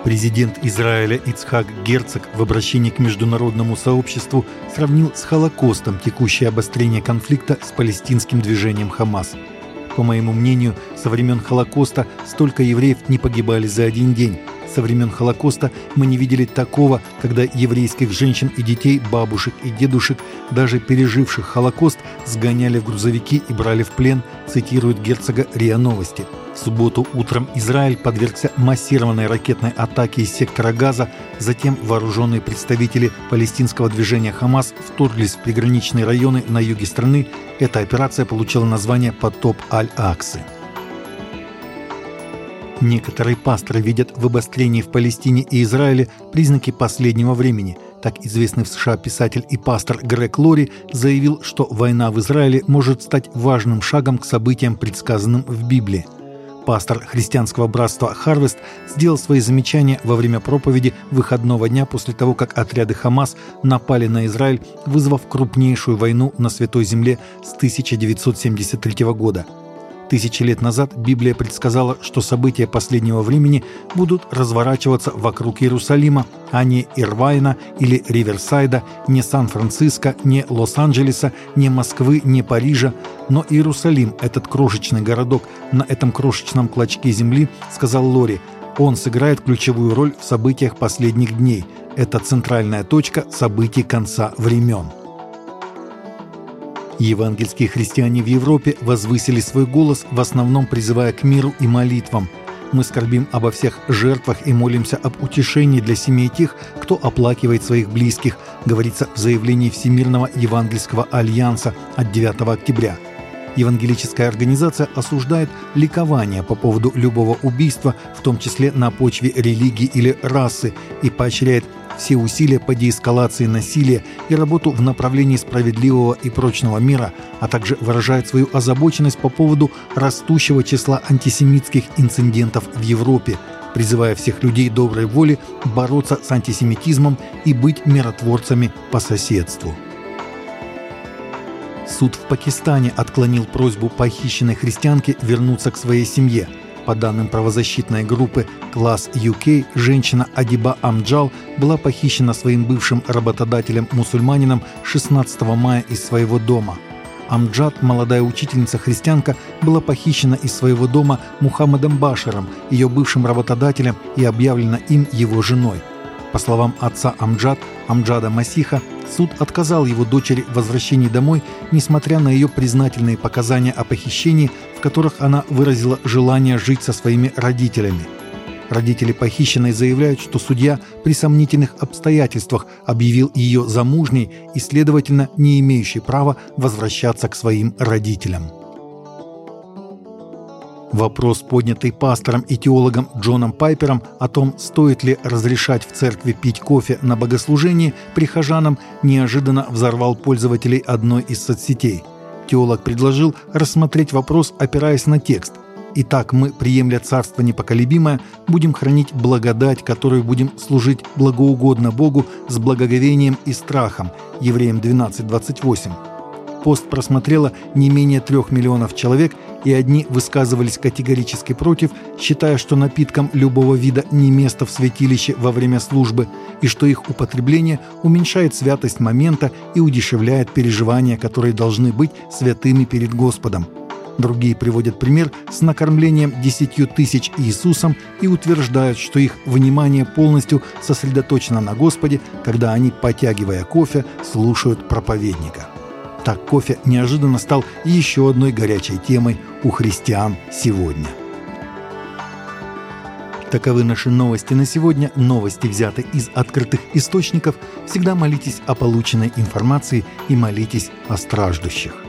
Президент Израиля Ицхак Герцог в обращении к международному сообществу сравнил с Холокостом текущее обострение конфликта с палестинским движением «Хамас». По моему мнению, со времен Холокоста столько евреев не погибали за один день. Со времен Холокоста мы не видели такого, когда еврейских женщин и детей, бабушек и дедушек, даже переживших Холокост, сгоняли в грузовики и брали в плен, цитирует Герцога РИА Новости. В субботу утром Израиль подвергся массированной ракетной атаке из сектора Газа, затем вооруженные представители палестинского движения «Хамас» вторглись в приграничные районы на юге страны. Эта операция получила название «Потоп Аль-Аксы». Некоторые пасторы видят в обострении в Палестине и Израиле признаки последнего времени. Так известный в США писатель и пастор Грег Лори заявил, что война в Израиле может стать важным шагом к событиям, предсказанным в Библии. Пастор христианского братства «Харвест» сделал свои замечания во время проповеди выходного дня после того, как отряды «Хамас» напали на Израиль, вызвав крупнейшую войну на Святой Земле с 1973 года. Тысячи лет назад Библия предсказала, что события последнего времени будут разворачиваться вокруг Иерусалима, а не Ирвайна или Риверсайда, не Сан-Франциско, не Лос-Анджелеса, не Москвы, не Парижа. Но Иерусалим, этот крошечный городок на этом крошечном клочке земли, сказал Лори, он сыграет ключевую роль в событиях последних дней. Это центральная точка событий конца времен. Евангельские христиане в Европе возвысили свой голос, в основном призывая к миру и молитвам. Мы скорбим обо всех жертвах и молимся об утешении для семей тех, кто оплакивает своих близких, говорится в заявлении Всемирного Евангельского альянса от 9 октября. Евангелическая организация осуждает ликование по поводу любого убийства, в том числе на почве религии или расы, и поощряет все усилия по деэскалации насилия и работу в направлении справедливого и прочного мира, а также выражает свою озабоченность по поводу растущего числа антисемитских инцидентов в Европе, призывая всех людей доброй воли бороться с антисемитизмом и быть миротворцами по соседству. Суд в Пакистане отклонил просьбу похищенной христианки вернуться к своей семье. По данным правозащитной группы Class UK, женщина Адиба Амджал была похищена своим бывшим работодателем-мусульманином 16 мая из своего дома. Амджад, молодая учительница-христианка, была похищена из своего дома Мухаммадом Баширом, ее бывшим работодателем, и объявлена им его женой. По словам отца Амджада Масиха, суд отказал его дочери в возвращении домой, несмотря на ее признательные показания о похищении, в которых она выразила желание жить со своими родителями. Родители похищенной заявляют, что судья при сомнительных обстоятельствах объявил ее замужней и, следовательно, не имеющей права возвращаться к своим родителям. Вопрос, поднятый пастором и теологом Джоном Пайпером о том, стоит ли разрешать в церкви пить кофе на богослужении прихожанам, неожиданно взорвал пользователей одной из соцсетей. Теолог предложил рассмотреть вопрос, опираясь на текст. «Итак, мы, приемля царство непоколебимое, будем хранить благодать, которую будем служить благоугодно Богу с благоговением и страхом». Евреям 12:28. Пост просмотрело не менее 3 миллионов человек, и одни высказывались категорически против, считая, что напиткам любого вида не место в святилище во время службы, и что их употребление уменьшает святость момента и удешевляет переживания, которые должны быть святыми перед Господом. Другие приводят пример с накормлением 10 тысяч Иисусом и утверждают, что их внимание полностью сосредоточено на Господе, когда они, потягивая кофе, слушают проповедника. Так кофе неожиданно стал еще одной горячей темой у христиан сегодня. Таковы наши новости на сегодня. Новости взяты из открытых источников. Всегда молитесь о полученной информации и молитесь о страждущих.